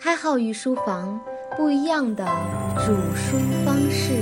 开号御书房，不一样的煮书方式。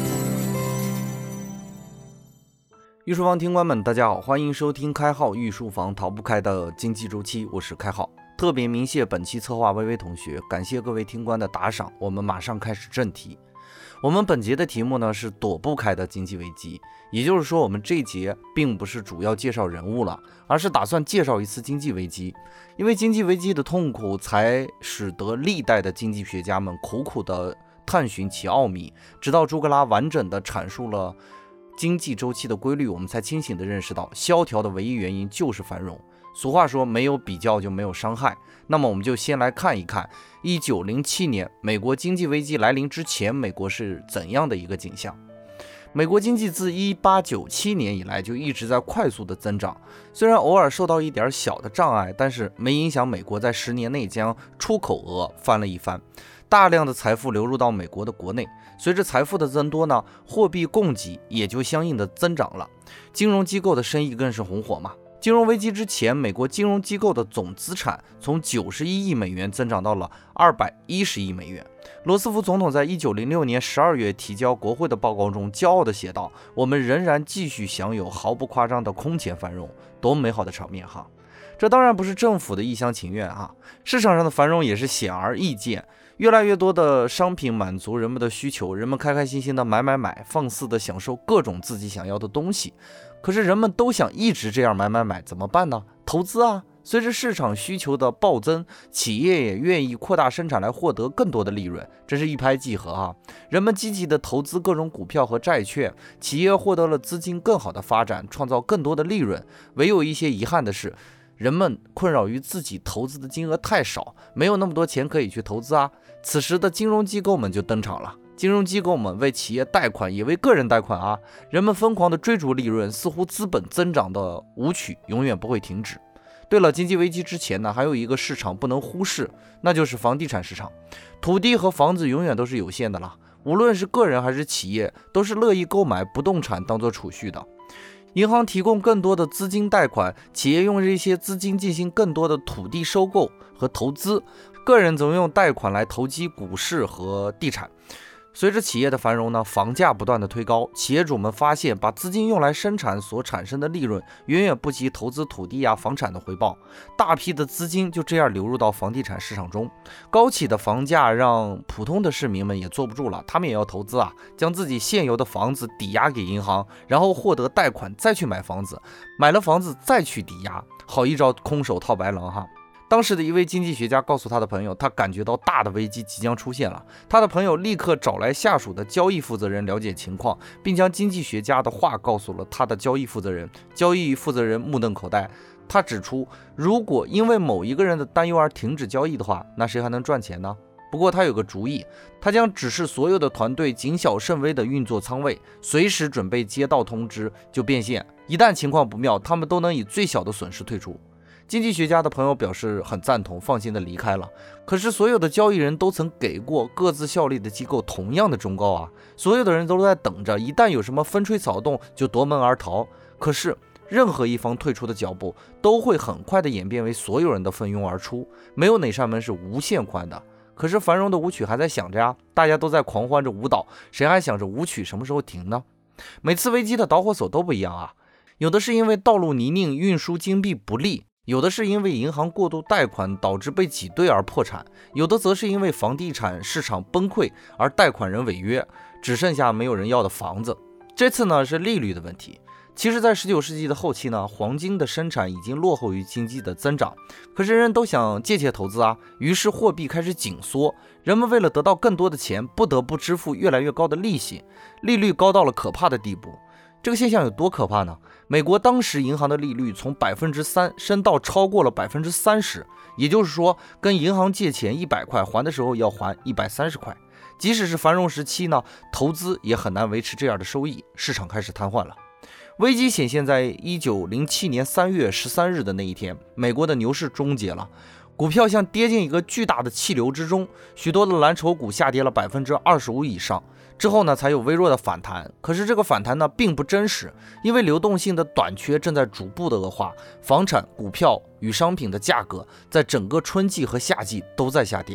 御书房听官们，大家好，欢迎收听开号御书房逃不开的经济周期，我是开号。特别鸣谢本期策划微微同学，感谢各位听官的打赏。我们马上开始正题。我们本节的题目呢是躲不开的经济危机，也就是说我们这一节并不是主要介绍人物了，而是打算介绍一次经济危机。因为经济危机的痛苦，才使得历代的经济学家们苦苦的探寻其奥秘，直到朱格拉完整的阐述了经济周期的规律，我们才清醒地认识到萧条的唯一原因就是繁荣。俗话说没有比较就没有伤害，那么我们就先来看一看1907年美国经济危机来临之前，美国是怎样的一个景象。美国经济自1897年以来就一直在快速的增长，虽然偶尔受到一点小的障碍，但是没影响美国在10年内将出口额翻了一番，大量的财富流入到美国的国内。随着财富的增多呢，货币供给也就相应的增长了，金融机构的生意更是红火嘛。金融危机之前，美国金融机构的总资产从91亿美元增长到了210亿美元。罗斯福总统在1906年12月提交国会的报告中骄傲地写道，我们仍然继续享有毫不夸张的空前繁荣，多么美好的场面哈！这当然不是政府的一厢情愿啊，市场上的繁荣也是显而易见，越来越多的商品满足人们的需求，人们开开心心的买，放肆的享受各种自己想要的东西。可是人们都想一直这样买，怎么办呢？投资啊！随着市场需求的暴增，企业也愿意扩大生产来获得更多的利润，真是一拍即合啊！人们积极的投资各种股票和债券，企业获得了资金更好的发展，创造更多的利润。唯有一些遗憾的是，人们困扰于自己投资的金额太少，没有那么多钱可以去投资啊。此时的金融机构们就登场了。金融机构们为企业贷款，也为个人贷款啊！人们疯狂地追逐利润，似乎资本增长的舞曲永远不会停止。对了，经济危机之前呢，还有一个市场不能忽视，那就是房地产市场。土地和房子永远都是有限的啦，无论是个人还是企业，都是乐意购买不动产当做储蓄的。银行提供更多的资金贷款，企业用这些资金进行更多的土地收购和投资，个人则用贷款来投机股市和地产。随着企业的繁荣呢，房价不断的推高，企业主们发现把资金用来生产所产生的利润远远不及投资土地房产的回报，大批的资金就这样流入到房地产市场中。高企的房价让普通的市民们也坐不住了，他们也要投资啊，将自己现有的房子抵押给银行，然后获得贷款再去买房子，买了房子再去抵押，好一招空手套白狼哈。当时的一位经济学家告诉他的朋友，他感觉到大的危机即将出现了。他的朋友立刻找来下属的交易负责人了解情况，并将经济学家的话告诉了他的交易负责人。交易负责人目瞪口呆，他指出，如果因为某一个人的担忧而停止交易的话，那谁还能赚钱呢？不过他有个主意，他将指示所有的团队谨小慎微地运作仓位，随时准备接到通知就变现，一旦情况不妙，他们都能以最小的损失退出。经济学家的朋友表示很赞同，放心的离开了。可是所有的交易人都曾给过各自效力的机构同样的忠告啊，所有的人都在等着，一旦有什么风吹草动就夺门而逃。可是任何一方退出的脚步都会很快的演变为所有人的蜂拥而出，没有哪扇门是无限宽的。可是繁荣的舞曲还在响着呀，大家都在狂欢着舞蹈，谁还想着舞曲什么时候停呢？每次危机的导火索都不一样啊，有的是因为道路泥泞，运输金币不利，有的是因为银行过度贷款导致被挤兑而破产，有的则是因为房地产市场崩溃而贷款人违约，只剩下没有人要的房子。这次呢是利率的问题。其实在19世纪的后期呢，黄金的生产已经落后于经济的增长，可是人人都想借钱投资啊，于是货币开始紧缩，人们为了得到更多的钱，不得不支付越来越高的利息，利率高到了可怕的地步。这个现象有多可怕呢？美国当时银行的利率从 3% 升到超过了 30%， 也就是说跟银行借钱100块还的时候要还130块。即使是繁荣时期呢，投资也很难维持这样的收益，市场开始瘫痪了。危机显现在1907年3月13日的那一天，美国的牛市终结了，股票像跌进一个巨大的气流之中，许多的蓝筹股下跌了 25% 以上。之后呢，才有微弱的反弹。可是这个反弹呢，并不真实，因为流动性的短缺正在逐步的恶化，房产、股票与商品的价格在整个春季和夏季都在下跌。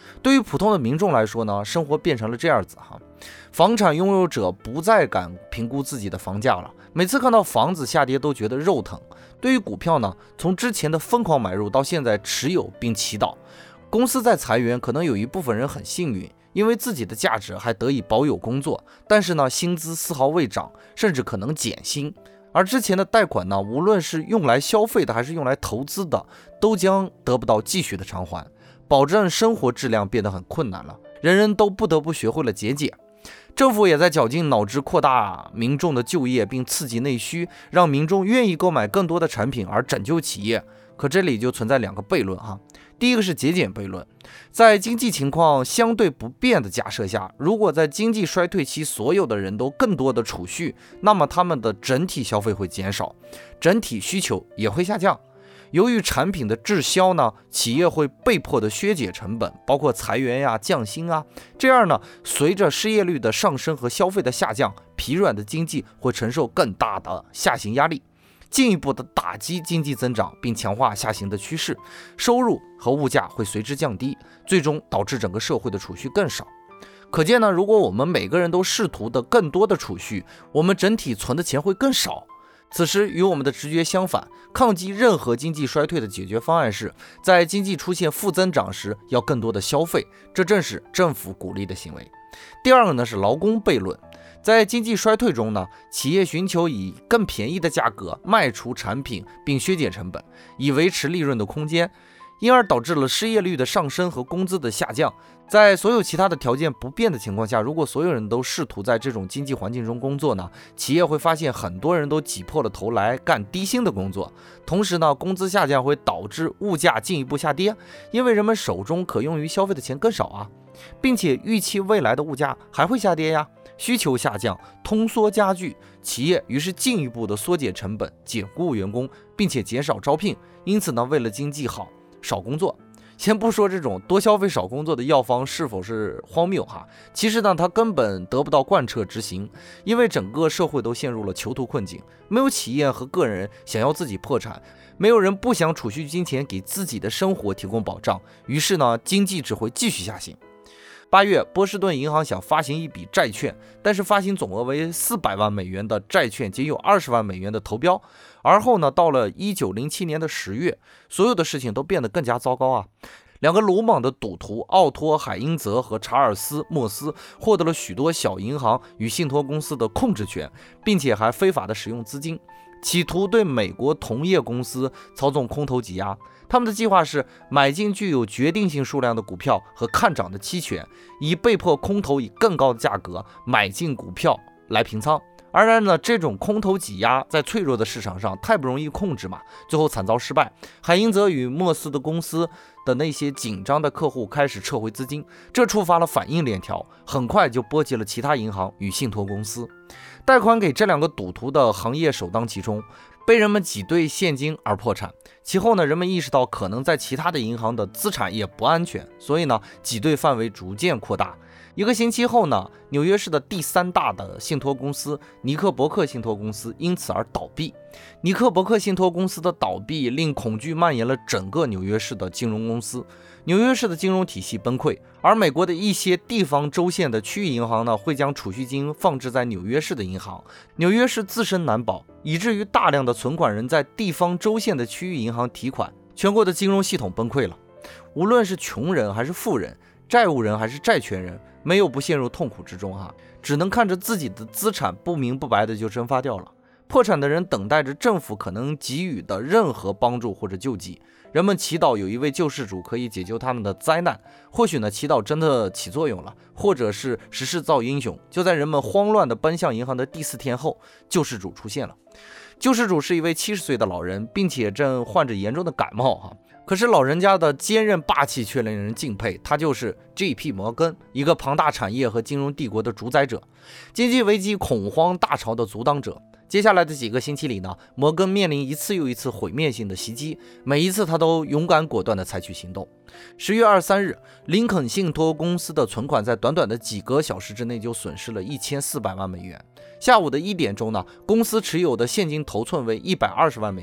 对于普通的民众来说呢，生活变成了这样子哈，房产拥有者不再敢评估自己的房价了，每次看到房子下跌都觉得肉疼。对于股票呢，从之前的疯狂买入到现在持有并祈祷。公司在裁员，可能有一部分人很幸运，因为自己的价值还得以保有工作，但是呢，薪资丝毫未涨，甚至可能减薪。而之前的贷款呢，无论是用来消费的还是用来投资的，都将得不到继续的偿还，保证生活质量变得很困难了，人人都不得不学会了节俭。政府也在绞尽脑汁扩大民众的就业，并刺激内需，让民众愿意购买更多的产品而拯救企业。可这里就存在两个悖论哈。第一个是节俭悖论，在经济情况相对不变的假设下，如果在经济衰退期所有的人都更多的储蓄，那么他们的整体消费会减少，整体需求也会下降。由于产品的滞销呢，企业会被迫的削减成本，包括裁员呀、降薪啊。这样呢，随着失业率的上升和消费的下降，疲软的经济会承受更大的下行压力，进一步的打击经济增长，并强化下行的趋势，收入和物价会随之降低，最终导致整个社会的储蓄更少。可见呢，如果我们每个人都试图的更多的储蓄，我们整体存的钱会更少。此时与我们的直觉相反，抗击任何经济衰退的解决方案是在经济出现负增长时要更多的消费，这正是政府鼓励的行为。第二个呢是劳工悖论，在经济衰退中呢，企业寻求以更便宜的价格卖出产品并削减成本，以维持利润的空间，因而导致了失业率的上升和工资的下降。在所有其他的条件不变的情况下，如果所有人都试图在这种经济环境中工作呢，企业会发现很多人都挤破了头来干低薪的工作。同时呢，工资下降会导致物价进一步下跌，因为人们手中可用于消费的钱更少啊，并且预期未来的物价还会下跌呀。需求下降，通缩加剧，企业于是进一步的缩减成本，解雇员工，并且减少招聘。因此呢，为了经济好，少工作。先不说这种多消费少工作的药方是否是荒谬哈，其实呢，它根本得不到贯彻执行，因为整个社会都陷入了囚徒困境，没有企业和个人想要自己破产，没有人不想储蓄金钱给自己的生活提供保障，于是呢，经济只会继续下行。8月，波士顿银行想发行一笔债券，但是发行总额为400万美元的债券仅有20万美元的投标。而后呢，到了1907年的10月，所有的事情都变得更加糟糕啊！两个鲁莽的赌徒奥托·海因泽和查尔斯·莫斯获得了许多小银行与信托公司的控制权，并且还非法的使用资金，企图对美国同业公司操纵空头挤压。他们的计划是买进具有决定性数量的股票和看涨的期权，以被迫空头以更高的价格买进股票来平仓。当然呢，这种空头挤压在脆弱的市场上太不容易控制嘛，最后惨遭失败。海因泽与莫斯的公司的那些紧张的客户开始撤回资金，这触发了反应链条，很快就波及了其他银行与信托公司。贷款给这两个赌徒的行业首当其冲，被人们挤兑现金而破产。其后呢，人们意识到可能在其他的银行的资产也不安全，所以呢，挤兑范围逐渐扩大。1个星期后呢，纽约市的第3大的信托公司尼克伯克信托公司因此而倒闭。尼克伯克信托公司的倒闭令恐惧蔓延了整个纽约市的金融公司，纽约市的金融体系崩溃。而美国的一些地方州县的区域银行呢，会将储蓄金放置在纽约市的银行，纽约市自身难保，以至于大量的存款人在地方州县的区域银行提款，全国的金融系统崩溃了。无论是穷人还是富人，债务人还是债权人，没有不陷入痛苦之中哈，只能看着自己的资产不明不白的就蒸发掉了。破产的人等待着政府可能给予的任何帮助或者救济，人们祈祷有一位救世主可以解救他们的灾难。或许呢，祈祷真的起作用了，或者是时势造英雄。就在人们慌乱地奔向银行的第4天后，救世主出现了。救世主是一位70岁的老人，并且正患着严重的感冒哈。可是老人家的坚韧霸气却令人敬佩，他就是 J.P. 摩根，一个庞大产业和金融帝国的主宰者，经济危机恐慌大潮的阻挡者。接下来的几个星期里呢，摩根面临一次又一次毁灭性的袭击，每一次他都勇敢果断地采取行动。10月23日，林肯信托公司的存款在短短的几个小时之内就损失了1400万美元。下午的1点钟呢，公司持有的现金头寸为120万美元。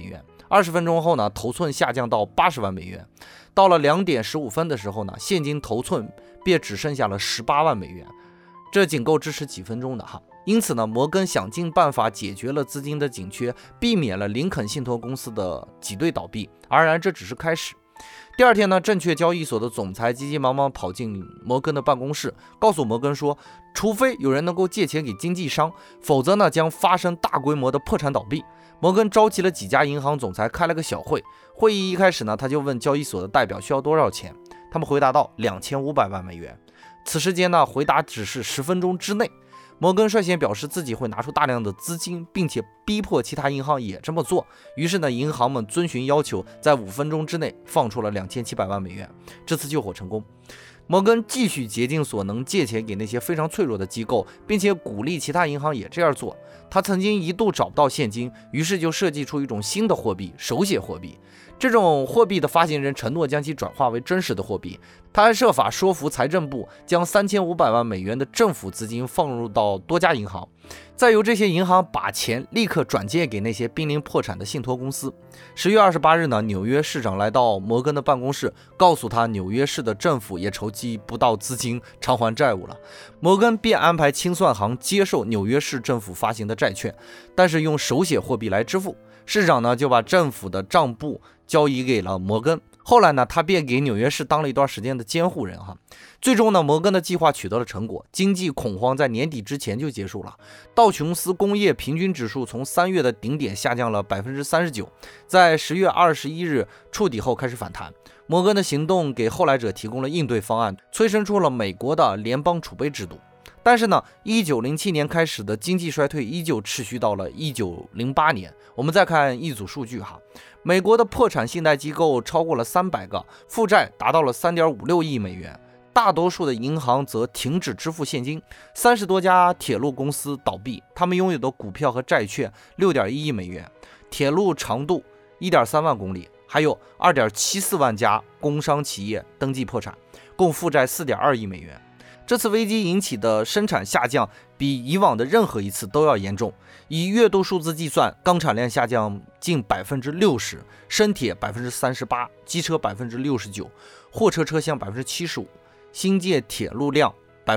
20分钟后呢，头寸下降到80万美元。到了2点15分的时候呢，现金头寸便只剩下了18万美元，这仅够支持几分钟的哈。因此呢，摩根想尽办法解决了资金的紧缺，避免了林肯信托公司的挤兑倒闭。当然，这只是开始。第二天呢，证券交易所的总裁急急忙忙跑进摩根的办公室，告诉摩根说，除非有人能够借钱给经纪商，否则呢将发生大规模的破产倒闭。摩根召集了几家银行总裁开了个小会，会议一开始呢，他就问交易所的代表需要多少钱，他们回答到2500万美元。此时间呢，回答只是10分钟之内。摩根率先表示自己会拿出大量的资金，并且逼迫其他银行也这么做。于是呢，银行们遵循要求，在5分钟之内放出了2700万美元。这次救火成功。摩根继续竭尽所能借钱给那些非常脆弱的机构，并且鼓励其他银行也这样做。他曾经一度找不到现金，于是就设计出一种新的货币——手写货币。这种货币的发行人承诺将其转化为真实的货币。他还设法说服财政部将3500万美元的政府资金放入到多家银行，再由这些银行把钱立刻转借给那些濒临破产的信托公司。10月28日呢，纽约市长来到摩根的办公室，告诉他纽约市的政府也筹集不到资金偿还债务了。摩根便安排清算行接受纽约市政府发行的债券，但是用手写货币来支付。市长呢就把政府的账簿交易给了摩根。后来呢，他便给纽约市当了一段时间的监护人哈。最终呢，摩根的计划取得了成果，经济恐慌在年底之前就结束了。道琼斯工业平均指数从3月的顶点下降了39%，在10月21日触底后开始反弹。摩根的行动给后来者提供了应对方案，催生出了美国的联邦储备制度。但是呢，1907年开始的经济衰退依旧持续到了1908年。我们再看一组数据哈，美国的破产信贷机构超过了300个，负债达到了3.56亿美元。大多数的银行则停止支付现金，30多家铁路公司倒闭，他们拥有的股票和债券6.1亿美元，铁路长度1.3万公里，还有2.74万家工商企业登记破产，共负债4.2亿美元。这次危机引起的生产下降比以往的任何一次都要严重。以月度数字计算，钢产量下降近60%，生铁38%，机车69%，货车车厢75%，新建铁路量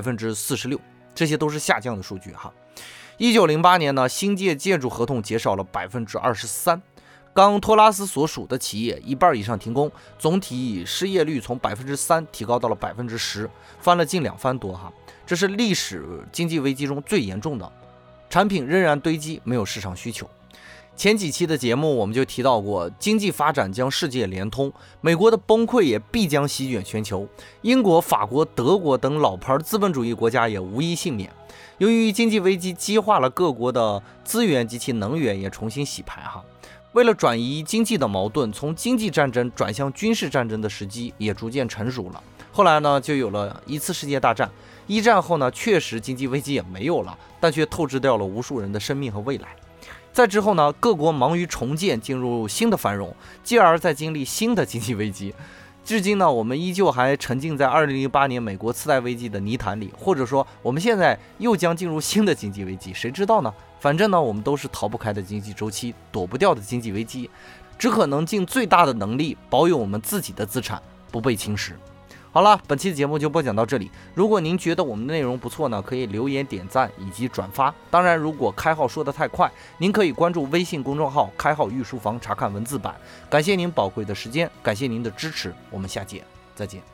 46%，这些都是下降的数据哈。1908年呢，新建建筑合同减少了23%。刚托拉斯所属的企业一半以上停工，总体失业率从3%提高到了10%，翻了近2番多哈。这是历史经济危机中最严重的，产品仍然堆积，没有市场需求。前几期的节目我们就提到过，经济发展将世界连通，美国的崩溃也必将席卷全球，英国、法国、德国等老牌资本主义国家也无一幸免。由于经济危机激化了各国的资源及其能源也重新洗牌哈。为了转移经济的矛盾，从经济战争转向军事战争的时机也逐渐成熟了。后来呢，就有了一次世界大战。一战后呢，确实经济危机也没有了，但却透支掉了无数人的生命和未来。再之后呢，各国忙于重建，进入新的繁荣，继而再经历新的经济危机。至今呢，我们依旧还沉浸在2008年美国次贷危机的泥潭里，或者说我们现在又将进入新的经济危机，谁知道呢？反正呢，我们都是逃不开的经济周期，躲不掉的经济危机，只可能尽最大的能力保有我们自己的资产不被侵蚀。好了，本期的节目就播讲到这里。如果您觉得我们的内容不错呢，可以留言点赞以及转发。当然，如果开号说得太快，您可以关注微信公众号开号御书房查看文字版。感谢您宝贵的时间，感谢您的支持，我们下节再见。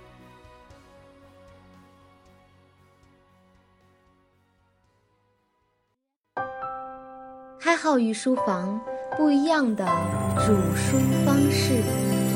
开号御书房，不一样的煮书方式。